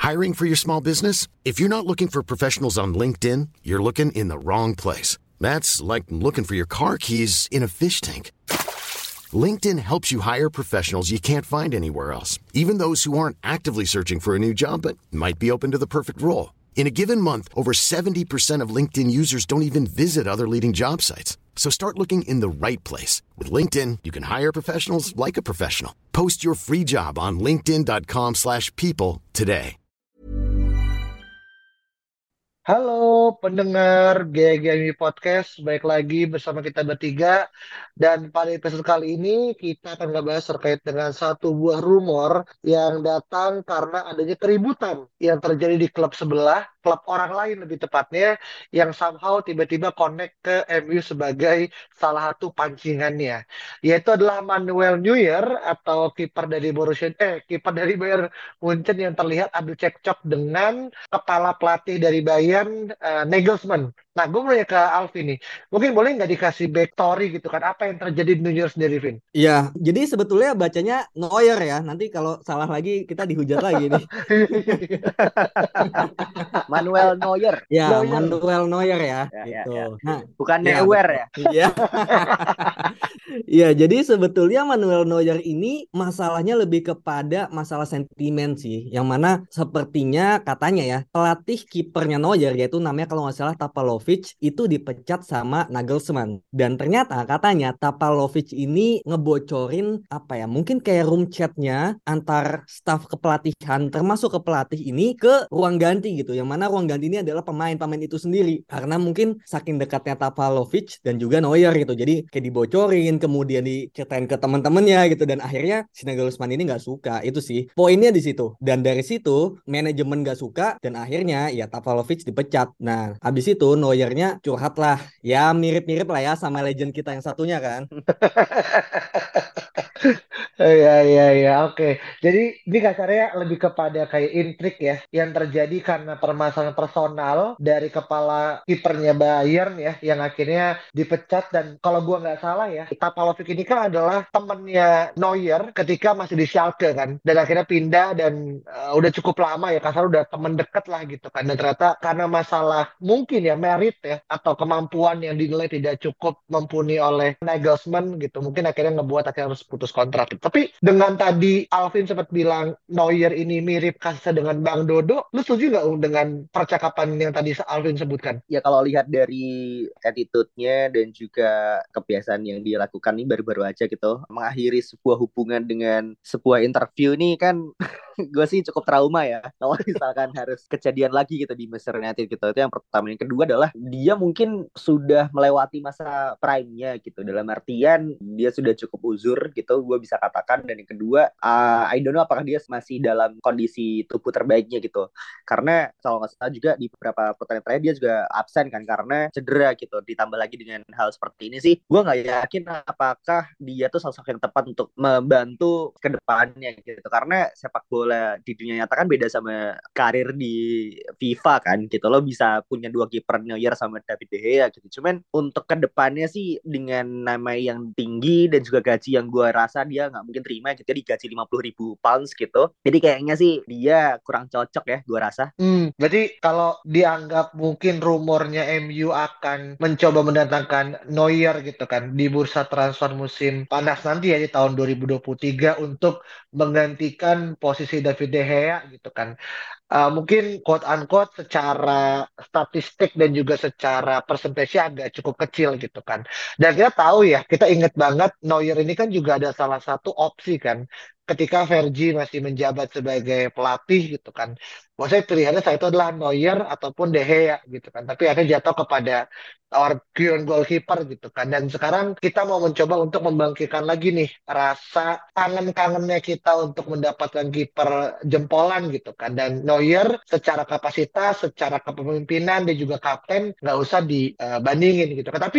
Hiring for your small business? If you're not looking for professionals on LinkedIn, you're looking in the wrong place. That's like looking for your car keys in a fish tank. LinkedIn helps you hire professionals you can't find anywhere else, even those who aren't actively searching for a new job but might be open to the perfect role. In a given month, over 70% of LinkedIn users don't even visit other leading job sites. So start looking in the right place. With LinkedIn, you can hire professionals like a professional. Post your free job on linkedin.com/people today. Halo pendengar GGMI Podcast, baik lagi bersama kita bertiga. Dan pada episode kali ini kita akan ngebahas terkait dengan satu buah rumor yang datang karena adanya keributan yang terjadi di klub sebelah, klub orang lain lebih tepatnya, yang somehow tiba-tiba connect ke MU sebagai salah satu pancingannya. Yaitu adalah Manuel Neuer atau kiper dari Bayern Munchen yang terlihat adu cekcok dengan kepala pelatih dari Bayern, Nagelsmann. Nah, gue mau nanya ke Alvin nih. Mungkin boleh nggak dikasih backstory gitu kan? Apa yang terjadi di New Year sendiri, Vin? Iya, jadi sebetulnya bacanya Neuer ya. Nanti kalau salah lagi kita dihujat lagi nih. Manuel Neuer. Ya, Neuer. Manuel Neuer ya, Ya, gitu. ya. Nah, Bukan ya, Neuer betul. ya. Iya. Iya, jadi sebetulnya Manuel Neuer ini masalahnya lebih kepada masalah sentimen sih. Yang mana sepertinya katanya ya, pelatih kipernya Neuer yaitu namanya kalau nggak salah Tapalovic itu dipecat sama Nagelsmann. Dan ternyata katanya Tapalovic ini ngebocorin apa ya, mungkin kayak room chatnya antar staf kepelatihan termasuk ke pelatih ini ke ruang ganti gitu. Yang mana ruang ganti ini adalah pemain-pemain itu sendiri. Karena mungkin saking dekatnya Tapalovic dan juga Neuer gitu. Jadi kayak dibocorin, kemudian diceritain ke teman-temannya gitu. Dan akhirnya si Nagelsmann ini nggak suka. Itu sih poinnya di situ. Dan dari situ manajemen nggak suka dan akhirnya ya Tapalovic dipecat. Nah habis itu Neuernya curhat lah. Ya mirip-mirip lah ya sama legend kita yang satunya kan. Iya, iya, iya, oke. Jadi ini kasarnya lebih kepada kayak intrik ya, yang terjadi karena permasalahan personal dari kepala kipernya Bayern ya, yang akhirnya dipecat. Dan kalau gua nggak salah ya, Tapalovic ini kan adalah temennya Neuer ketika masih di Schalke kan, dan akhirnya pindah dan udah cukup lama ya, kasar udah temen deket lah gitu kan. Dan ternyata karena masalah mungkin ya merit ya, atau kemampuan yang dinilai tidak cukup mumpuni oleh Nagelsmann gitu, mungkin akhirnya akhirnya harus putus kontrak gitu. Tapi dengan tadi Alvin sempat bilang Neuer ini mirip kasusnya dengan Bang Dodo, lu setuju nggak dengan percakapan yang tadi Alvin sebutkan? Ya kalau lihat dari attitude-nya dan juga kebiasaan yang dia lakukan ini baru-baru aja gitu, mengakhiri sebuah hubungan dengan sebuah interview ini kan gue sih cukup trauma ya. Kalau misalkan harus kejadian lagi gitu di Manchester United gitu. Itu yang pertama. Yang kedua adalah dia mungkin sudah melewati masa prime-nya gitu. Dalam artian dia sudah cukup uzur gitu, gue bisa katakan. Dan yang kedua, I don't know apakah dia masih dalam kondisi tubuh terbaiknya gitu. Karena kalau nggak salah juga di beberapa pertandingan terakhir dia juga absen kan karena cedera gitu. Ditambah lagi dengan hal seperti ini sih, gue nggak yakin apakah dia tuh sosok yang tepat untuk membantu ke depannya gitu. Karena sepak bola di dunia nyata kan beda sama karir di FIFA kan gitu. Lo bisa punya dua kiper Neuer sama David De Gea gitu. Cuman untuk ke depannya sih dengan nama yang tinggi dan juga gaji yang gue rasa dia nggak mungkin terima gitu. Dia digaji 50.000 pounds gitu. Jadi kayaknya sih dia kurang cocok ya gue rasa. Berarti kalau dianggap mungkin rumornya MU akan mencoba mendatangkan Neuer gitu kan di bursa transfer musim panas nanti ya di tahun 2023 untuk menggantikan posisi David De Gea gitu kan. Mungkin quote unquote secara statistik dan juga secara persentase agak cukup kecil gitu kan. Dan kita tahu ya, kita ingat banget Neuer ini kan juga ada salah satu opsi kan ketika Fergie masih menjabat sebagai pelatih gitu kan. Maksudnya pilihannya saya itu adalah Neuer ataupun De Gea gitu kan. Tapi akhirnya jatuh kepada our current goalkeeper gitu kan. Dan sekarang kita mau mencoba untuk membangkitkan lagi nih rasa kangen-kangennya kita untuk mendapatkan kiper jempolan gitu kan. Dan Neuer secara kapasitas, secara kepemimpinan dan juga kapten nggak usah dibandingin gitu kan. Tapi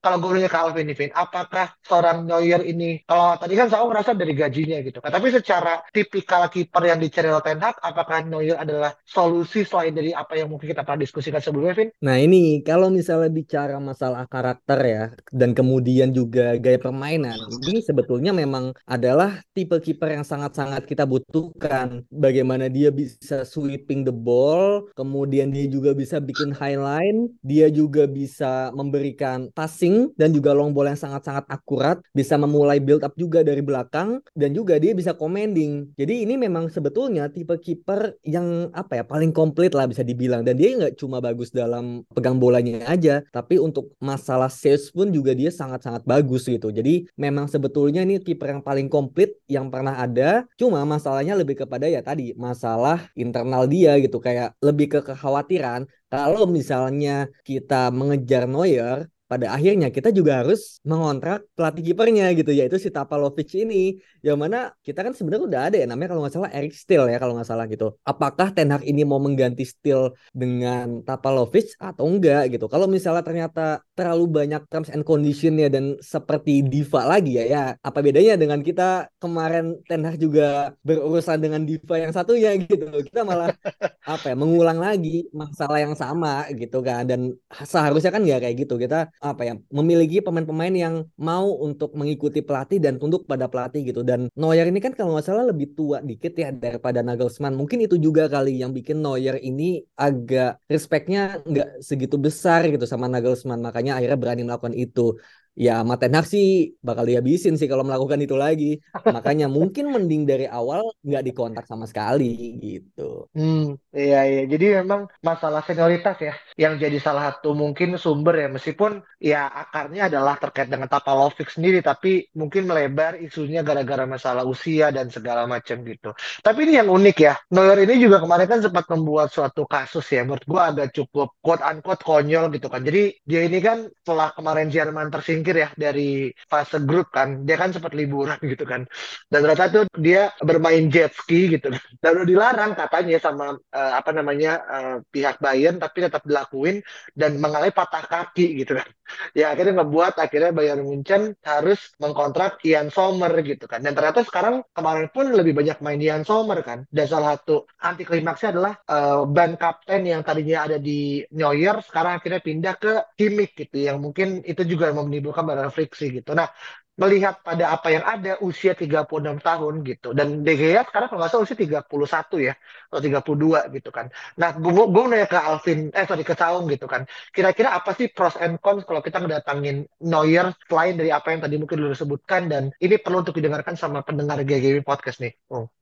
kalau gue nanya ke Alvin nih, Vin, apakah seorang Neuer ini, kalau tadi kan saya ngerasa dari gajinya gitu kan, tapi secara tipikal kiper yang dicari oleh Ten Hag, apakah Neuer adalah solusi selain dari apa yang mungkin kita pernah diskusikan sebelumnya, Vin? Nah ini kalau misalnya bicara masalah karakter ya dan kemudian juga gaya permainan, ini sebetulnya memang adalah tipe kiper yang sangat-sangat kita butuhkan. Bagaimana dia bisa sweeping the ball, kemudian dia juga bisa bikin highline, dia juga bisa memberikan passing dan juga long ball yang sangat-sangat akurat, bisa memulai build up juga dari belakang dan juga dia bisa commanding. Jadi ini memang sebetulnya tipe kiper yang apa ya paling komplit lah bisa dibilang, dan dia nggak cuma bagus dalam pegang bolanya aja, tapi untuk masalah saves pun juga dia sangat-sangat bagus gitu. Jadi memang sebetulnya ini kiper yang paling komplit yang pernah ada. Cuma masalahnya lebih kepada ya tadi masalah internal dia gitu, kayak lebih ke kekhawatiran kalau misalnya kita mengejar Neuer, pada akhirnya kita juga harus mengontrak pelatih kipernya gitu, yaitu si Tapalovic ini. Yang mana kita kan sebenarnya udah ada ya namanya kalau nggak salah Eric Steele ya kalau nggak salah gitu. Apakah Ten Hag ini mau mengganti Steele dengan Tapalovic atau enggak gitu? Kalau misalnya ternyata terlalu banyak terms and conditionnya dan seperti diva lagi ya, ya apa bedanya dengan kita kemarin Ten Hag juga berurusan dengan diva yang satunya gitu. Kita malah apa ya mengulang lagi masalah yang sama gitu kan, dan seharusnya kan nggak kayak gitu. Kita apa ya memiliki pemain-pemain yang mau untuk mengikuti pelatih dan tunduk pada pelatih gitu. Dan Neuer ini kan kalau nggak salah lebih tua dikit ya daripada Nagelsmann, mungkin itu juga kali yang bikin Neuer ini agak respectnya nggak segitu besar gitu sama Nagelsmann, makanya akhirnya berani melakukan itu. Ya sama Ten Hag sih bakal dihabisin sih kalau melakukan itu lagi. Makanya mungkin mending dari awal nggak dikontak sama sekali gitu. Iya, iya. Jadi memang masalah senioritas ya, yang jadi salah satu mungkin sumber ya, meskipun ya akarnya adalah terkait dengan Tapalovic sendiri, tapi mungkin melebar isunya gara-gara masalah usia dan segala macam gitu. Tapi ini yang unik ya, Neuer ini juga kemarin kan sempat membuat suatu kasus ya, menurut gua agak cukup quote-unquote konyol gitu kan. Jadi dia ini kan setelah kemarin Jerman tersingkir ya dari fase grup kan, dia kan sempat liburan gitu kan. Dan ternyata tuh dia bermain jet ski gitu kan. Dan udah dilarang katanya sama apa namanya pihak Bayern, tapi tetap dilakuin dan mengalami patah kaki gitu kan. Ya akhirnya ngebuat akhirnya Bayern Munchen harus mengkontrak Ian Sommer gitu kan. Dan ternyata sekarang kemarin pun lebih banyak main Ian Sommer kan. Dan salah satu anti klimaksnya adalah ban kapten yang tadinya ada di Neuer sekarang akhirnya pindah ke Kimmich gitu, yang mungkin itu juga menimbulkan banyak friksi gitu. Nah, melihat pada apa yang ada usia 36 tahun gitu, dan De Gea sekarang kalau nggak salah usia 31 ya atau 32 gitu kan. Nah gue nanya ke Alvin sorry ke Saung gitu kan, kira-kira apa sih pros and cons kalau kita ngedatangin Neuer selain dari apa yang tadi mungkin lu sebutkan, dan ini perlu untuk didengarkan sama pendengar GGW Podcast nih.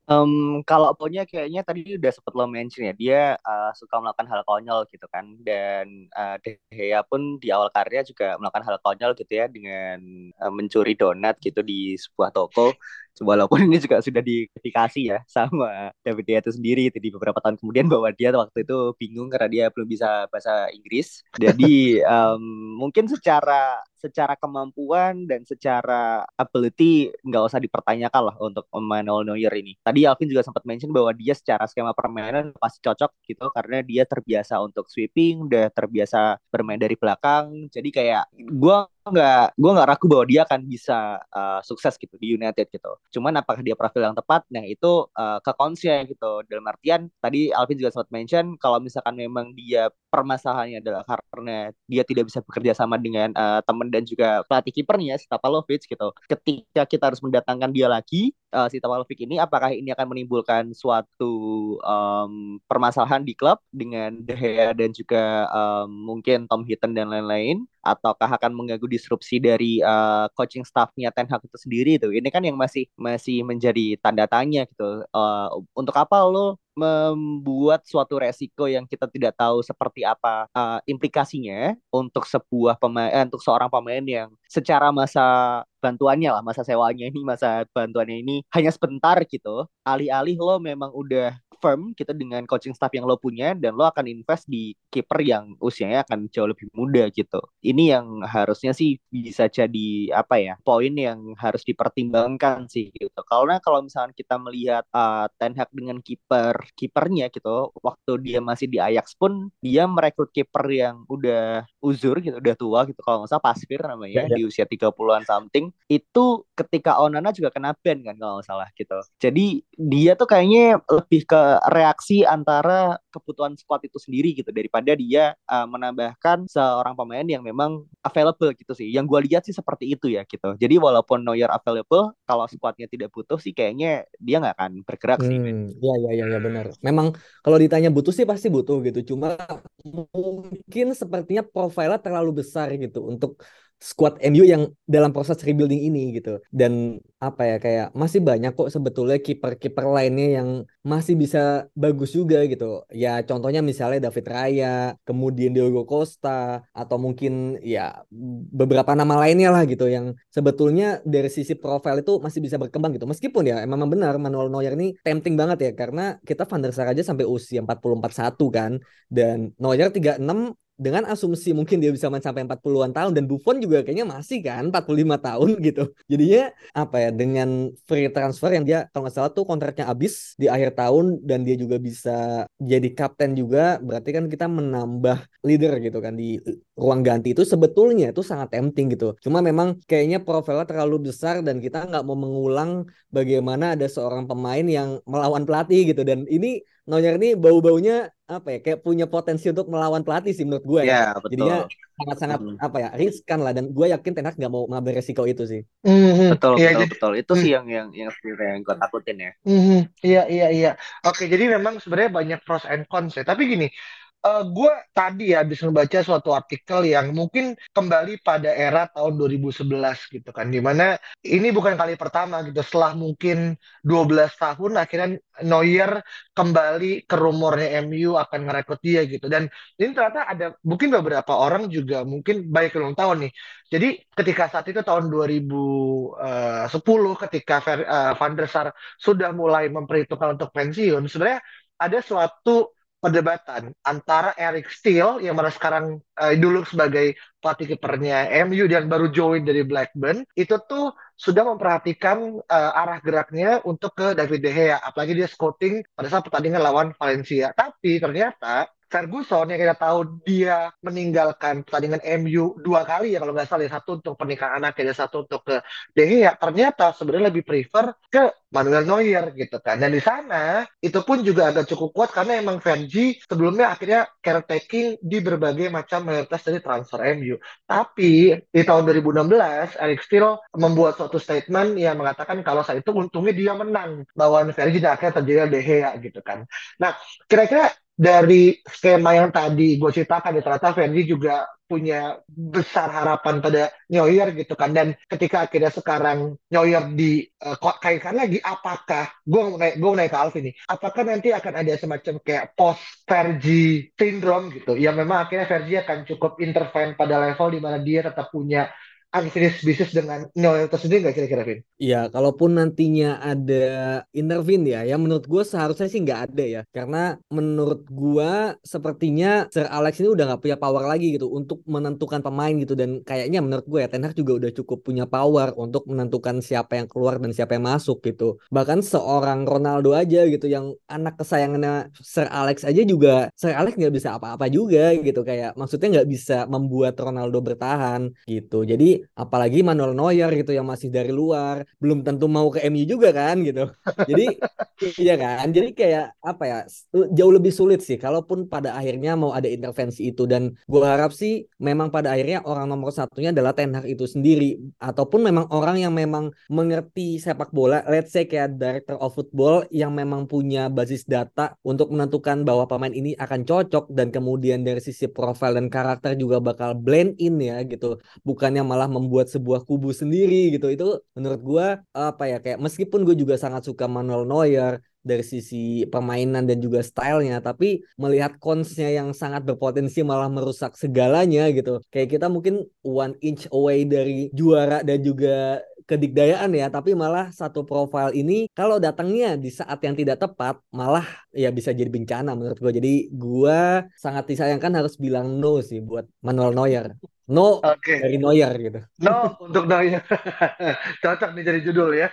Kalau Ponya kayaknya tadi udah sempet lo mention ya, dia suka melakukan hal konyol gitu kan, dan De Gea pun di awal karirnya juga melakukan hal konyol gitu ya dengan mencuri donat gitu di sebuah toko. Walaupun ini juga sudah diverifikasi ya sama David De Gea itu sendiri itu di beberapa tahun kemudian bahwa dia waktu itu bingung karena dia belum bisa bahasa Inggris. Jadi mungkin secara kemampuan dan secara ability nggak usah dipertanyakan lah untuk Manuel Neuer ini. Tadi Alvin juga sempat mention bahwa dia secara skema permainan pasti cocok gitu karena dia terbiasa untuk sweeping, udah terbiasa bermain dari belakang. Jadi kayak gue nggak ragu bahwa dia akan bisa sukses gitu di United gitu. Cuman apakah dia profil yang tepat? Nah itu ke konsnya gitu. Dalam artian tadi Alvin juga sempat mention kalau misalkan memang dia permasalahannya adalah karena dia tidak bisa bekerja sama dengan teman dan juga pelatih kipernya si Tapalovic gitu. Ketika kita harus mendatangkan dia lagi si Tapalovic ini, apakah ini akan menimbulkan suatu permasalahan di klub dengan De Gea dan juga mungkin Tom Heaton dan lain-lain, ataukah akan mengganggu disrupsi dari coaching staffnya Ten Hag itu sendiri itu. Ini kan yang masih menjadi tanda tanya gitu. Untuk apa lo membuat suatu resiko yang kita tidak tahu seperti apa implikasinya untuk sebuah pemain, untuk seorang pemain yang secara masa bantuannya lah, masa sewanya ini, masa bantuannya ini hanya sebentar gitu. Alih-alih lo memang udah firm gitu dengan coaching staff yang lo punya, dan lo akan invest di kiper yang usianya akan jauh lebih muda gitu. Ini yang harusnya sih bisa jadi apa ya, poin yang harus dipertimbangkan sih gitu. Karena kalau misalnya kita melihat Ten Hag dengan kipernya gitu, waktu dia masih di Ajax pun dia merekrut kiper yang udah uzur gitu, udah tua gitu, kalau nggak salah Pasveer namanya, di usia 30-an something. Itu ketika Onana juga kena ban kan kalau nggak salah gitu. Jadi dia tuh kayaknya lebih ke reaksi antara kebutuhan squad itu sendiri gitu, daripada dia menambahkan seorang pemain yang memang available gitu sih. Yang gue lihat sih seperti itu ya gitu. Jadi walaupun Neuer available, kalau squadnya tidak butuh sih kayaknya dia nggak akan bergerak sih, men. Ya benar. Memang kalau ditanya butuh sih pasti butuh gitu. Cuma mungkin sepertinya profilnya terlalu besar gitu untuk squad MU yang dalam proses rebuilding ini gitu. Dan apa ya, kayak masih banyak kok sebetulnya kiper-kiper lainnya yang masih bisa bagus juga gitu. Ya contohnya misalnya David Raya, kemudian Diogo Costa, atau mungkin ya beberapa nama lainnya lah gitu yang sebetulnya dari sisi profil itu masih bisa berkembang gitu. Meskipun ya emang benar Manuel Neuer ini tempting banget ya, karena kita Van der Sar aja sampai usia 44 kan, dan Neuer 36, dengan asumsi mungkin dia bisa main sampai 40-an tahun, dan Buffon juga kayaknya masih kan 45 tahun gitu. Jadinya apa ya, dengan free transfer yang dia kalau nggak salah tuh kontraknya habis di akhir tahun, dan dia juga bisa jadi kapten juga, berarti kan kita menambah leader gitu kan di ruang ganti. Itu sebetulnya itu sangat tempting gitu. Cuma memang kayaknya profilnya terlalu besar, dan kita nggak mau mengulang bagaimana ada seorang pemain yang melawan pelatih gitu. Dan ini Neuer ini bau-baunya apa ya, kayak punya potensi untuk melawan pelatih sih menurut gue ya. Ya, Jadinya betul. sangat-sangat apa ya, riskan lah, dan gue yakin Ten Hag nggak mau ngambil resiko itu sih. Betul, Iya, betul, jadi betul. Itu sih yang sebenarnya yang gue takutin ya. iya, iya, iya. Oke, jadi memang sebenarnya banyak pros and cons ya. Tapi gini, gue tadi ya habis membaca suatu artikel yang mungkin kembali pada era tahun 2011 gitu kan, dimana ini bukan kali pertama gitu, setelah mungkin 12 tahun akhirnya Neuer kembali ke rumornya MU akan ngerekrut dia gitu. Dan ini ternyata ada mungkin beberapa orang juga mungkin banyak yang belum tahu nih. Jadi ketika saat itu tahun 2010, ketika Van der Sar sudah mulai memperhitungkan untuk pensiun, sebenarnya ada suatu perdebatan antara Eric Steele yang mana sekarang dulu sebagai pelatih kipernya MU dan baru join dari Blackburn, itu tuh sudah memperhatikan arah geraknya untuk ke David De Gea, apalagi dia scouting pada saat pertandingan lawan Valencia. Tapi ternyata Ferguson yang kita tahu dia meninggalkan pertandingan MU 2 kali ya kalau nggak salah ya, satu untuk pernikahan anaknya dan satu untuk ke De Gea, ternyata sebenarnya lebih prefer ke Manuel Neuer gitu kan. Dan di sana itu pun juga agak cukup kuat karena emang Fergie sebelumnya akhirnya caretaking di berbagai macam mayoritas dari transfer MU. Tapi di tahun 2016 Eric Steele membuat suatu statement yang mengatakan kalau saat itu untungnya dia menang lawan Fergie dan akhirnya terjadi De Gea gitu kan. Nah, kira-kira dari skema yang tadi gue ceritakan ya, ternyata Fergie juga punya besar harapan pada Neuer gitu kan. Dan ketika akhirnya sekarang Neuer kaitkan lagi, apakah gue mau naik ke Alvin nih, apakah nanti akan ada semacam kayak post Fergie syndrome gitu, yang memang akhirnya Fergie akan cukup intervene pada level di mana dia tetap punya unfinished business dengan Neuer itu sendiri, nggak kira-kira Vin? Iya, kalaupun nantinya ada intervene ya menurut gue seharusnya sih nggak ada ya. Karena menurut gue sepertinya Sir Alex ini udah nggak punya power lagi gitu untuk menentukan pemain gitu. Dan kayaknya menurut gue ya Ten Hag juga udah cukup punya power untuk menentukan siapa yang keluar dan siapa yang masuk gitu. Bahkan seorang Ronaldo aja gitu yang anak kesayangannya Sir Alex aja juga, Sir Alex nggak bisa apa-apa juga gitu. Kayak maksudnya nggak bisa membuat Ronaldo bertahan gitu. Jadi apalagi Manuel Neuer gitu yang masih dari luar, belum tentu mau ke MU juga kan gitu. Jadi iya kan, jadi kayak apa ya, jauh lebih sulit sih kalaupun pada akhirnya mau ada intervensi itu. Dan gue harap sih memang pada akhirnya orang nomor satunya adalah Ten Hag itu sendiri, ataupun memang orang yang memang mengerti sepak bola, let's say kayak director of football yang memang punya basis data untuk menentukan bahwa pemain ini akan cocok, dan kemudian dari sisi profil dan karakter juga bakal blend in ya gitu, bukannya malah membuat sebuah kubu sendiri gitu. Itu menurut gue apa ya, kayak meskipun gue juga sangat suka Manuel Neuer dari sisi permainan dan juga stylenya, tapi melihat konsnya yang sangat berpotensi malah merusak segalanya gitu. Kayak kita mungkin 1 inch away dari juara dan juga kedikdayaan ya, tapi malah satu profil ini kalau datangnya di saat yang tidak tepat malah ya bisa jadi bencana menurut gue. Jadi gue sangat disayangkan harus bilang no sih buat Manuel Neuer. No Oke. dari Neuer gitu. No untuk Neuer. Cocok nih jadi judul ya.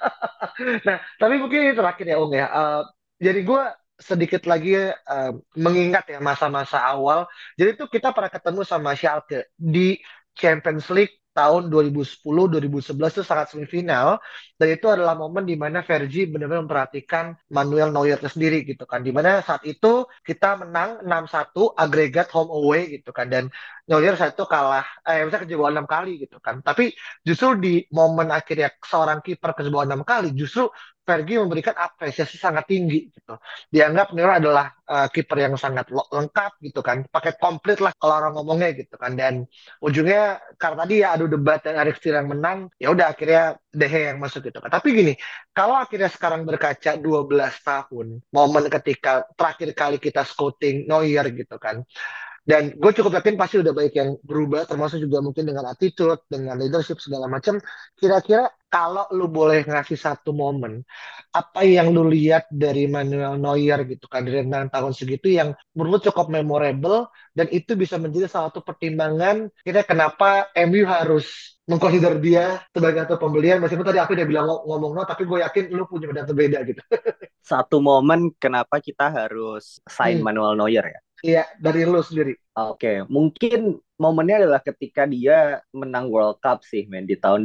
Nah, tapi mungkin ini terakhir ya, Ung ya. Jadi gue sedikit lagi mengingat ya masa-masa awal. Jadi tuh kita pernah ketemu sama Schalke di Champions League tahun 2010-2011 itu sangat semifinal. Dan itu adalah momen di mana Fergie benar-benar memperhatikan Manuel Neuer itu sendiri gitu kan. Di mana saat itu kita menang 6-1 agregat home away gitu kan. Dan Neuer saat itu kalah, misalnya kejebolan 6 kali gitu kan. Tapi justru di momen akhirnya seorang kiper kejebolan 6 kali, justru Fergie memberikan apresiasi sangat tinggi gitu. Dianggap Neuer adalah kiper yang sangat lengkap gitu kan, pakai komplit lah kalau orang ngomongnya gitu kan. Dan ujungnya karena tadi ya adu debat dan Arik Steel yang menang, ya udah akhirnya De Gea yang masuk gitu kan. Tapi gini, kalau akhirnya sekarang berkaca 12 tahun, momen ketika terakhir kali kita scouting Neuer gitu kan, dan gue cukup yakin pasti udah banyak yang berubah, termasuk juga mungkin dengan attitude, dengan leadership segala macam. Kira-kira kalau lu boleh ngasih satu momen, apa yang lu lihat dari Manuel Neuer gitu kan, dari rentang tahun segitu yang menurut lu cukup memorable, dan itu bisa menjadi salah satu pertimbangan kira kenapa MU harus mengconsider dia sebagai satu pembelian, meskipun tadi aku udah bilang ngomong no, tapi gue yakin lu punya pendapat berbeda gitu. Satu momen kenapa kita harus sign Hmm, Manuel Neuer ya? iya, dari lu sendiri. Oke, mungkin momennya adalah ketika dia menang World Cup sih, men, di tahun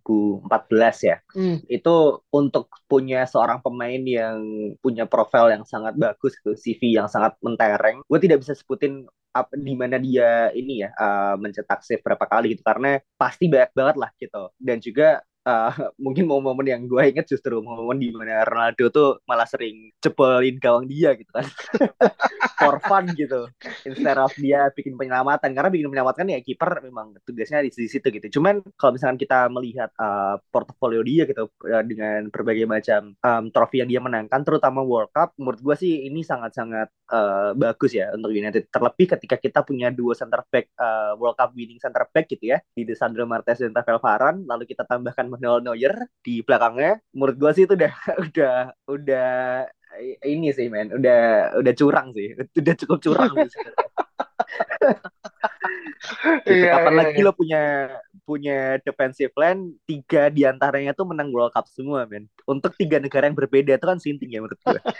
2014 ya. Hmm, Itu untuk punya seorang pemain yang punya profil yang sangat bagus, gitu, CV yang sangat mentereng. Gue tidak bisa sebutin di mana dia ini ya mencetak save berapa kali gitu, karena pasti banyak banget lah gitu. Dan juga mungkin momen-momen yang gue inget justru momen di mana Ronaldo tuh malah sering jebolin gawang dia gitu kan, for fun gitu, instead of dia bikin penyelamatan, karena bikin penyelamatan ya kiper memang tugasnya di situ gitu. Cuman kalau misalkan kita melihat portofolio dia gitu, dengan berbagai macam trofi yang dia menangkan, terutama World Cup, menurut gue sih ini sangat-sangat bagus ya untuk United. Terlebih ketika kita punya dua center back, World Cup winning center back gitu ya, di Lisandro Martinez dan Rafael Varane, lalu kita tambahkan Manuel Neuer di belakangnya. Menurut gue sih itu udah udah ini sih, men, udah curang sih, udah cukup curang sih. Gitu. iya, Kapan iya, lagi iya. lo punya defensive line, tiga diantaranya tuh menang World Cup semua, men. Untuk tiga negara yang berbeda itu kan sinting ya menurut gue.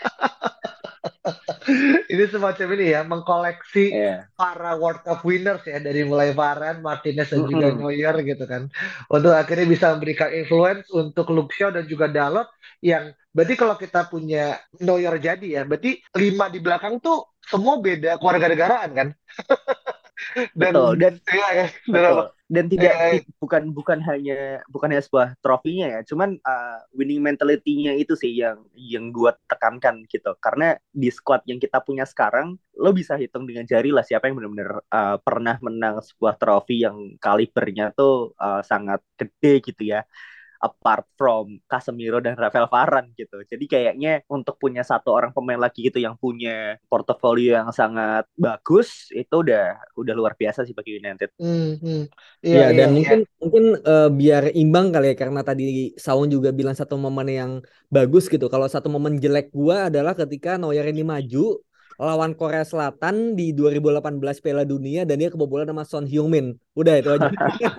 Ini semacam ini ya, mengkoleksi Iya. para World Cup winners ya, dari mulai Varane, Martinez, dan juga Mm-mm. Neuer gitu kan. Untuk akhirnya bisa memberikan influence untuk Luke Shaw dan juga Dalot, yang berarti kalau kita punya Neuer jadi ya, berarti 5 di belakang tuh semua beda keluarga negaraan kan. Betul. Dan Dan ya, ya, dan apa? betul. Dan Ya, bukan hanya sebuah trofinya ya, cuman winning mentality-nya itu sih yang gue tekankan gitu. Karena di squad yang kita punya sekarang, lo bisa hitung dengan jari lah siapa yang benar-benar pernah menang sebuah trofi yang kalibernya tuh sangat gede gitu ya, apart from Casemiro dan Rafael Varane gitu. Jadi kayaknya untuk punya satu orang pemain lagi gitu yang punya portofolio yang sangat bagus, itu udah luar biasa sih bagi United. iya, Ya, iya, dan iya. mungkin biar imbang kali ya, karena tadi Saun juga bilang satu momen yang bagus gitu. Kalau satu momen jelek gua adalah ketika Neuer ini maju lawan Korea Selatan di 2018 Piala Dunia dan dia kebobolan sama Son Heung-min. Udah itu aja.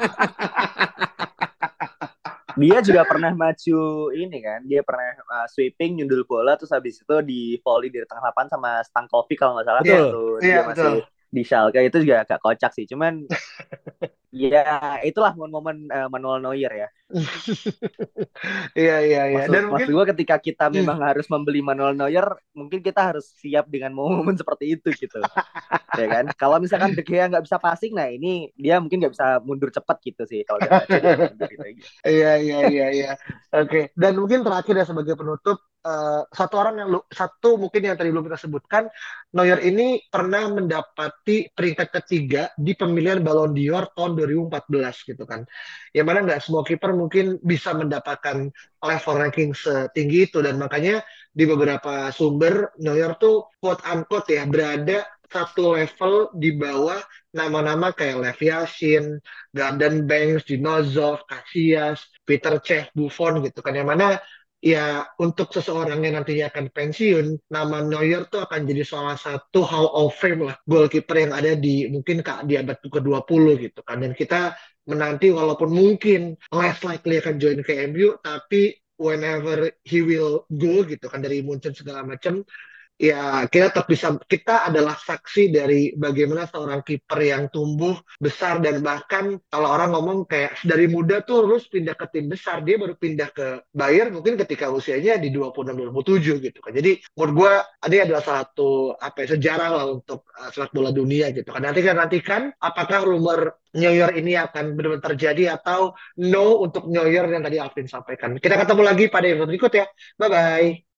Dia juga pernah maju ini kan, dia pernah sweeping, nyundul bola, terus habis itu di volley di tengah lapangan sama Stankovic kalau nggak salah tuh Iya, Betul. waktu iya, dia betul. masih di Schalke. Itu juga agak kocak sih. Cuman ya itulah momen-momen Manuel Neuer ya. Iya, iya, iya. Dan Maksud mungkin, maksud gue ketika kita hmm, memang harus membeli Manuel Neuer, mungkin kita harus siap dengan momen seperti itu gitu. Ya kan? Kalau misalkan De Gea nggak bisa passing, nah ini dia mungkin nggak bisa mundur cepat gitu sih. Kalau udah maju dia mundur gitu aja. iya, iya, iya, iya. Oke. Dan mungkin terakhir ya sebagai penutup, satu orang yang satu mungkin yang tadi belum kita sebutkan, Neuer ini pernah mendapati peringkat ketiga di pemilihan Ballon d'Or tahun 2014 gitu kan. Yang mana nggak semua kiper mungkin bisa mendapatkan level ranking setinggi itu, dan makanya di beberapa sumber Neuer tuh quote unquote ya berada satu level di bawah nama-nama kayak Lev Yashin, Gordon Banks, Dinozov, Casillas, Peter Cech, Buffon gitu kan. Yang mana ya untuk seseorang yang nantinya akan pensiun, nama Neuer tuh akan jadi salah satu Hall of Fame lah, goalkeeper yang ada di mungkin di abad ke-20 gitu kan. Dan kita menanti walaupun mungkin less likely akan join ke MU, tapi whenever he will go gitu kan dari Munchen segala macam, ya kita tetap bisa, kita adalah saksi dari bagaimana seorang kiper yang tumbuh besar. Dan bahkan kalau orang ngomong kayak dari muda tuh terus pindah ke tim besar, dia baru pindah ke Bayern mungkin ketika usianya di 26-27 gitu kan. Jadi menurut gue dia adalah satu apa ya, sejarah lah untuk sepak bola dunia gitu kan. Nantikan apakah rumor Neuer ini akan benar-benar terjadi atau no untuk Neuer yang tadi Alvin sampaikan. Kita ketemu lagi pada episode berikut ya. Bye bye.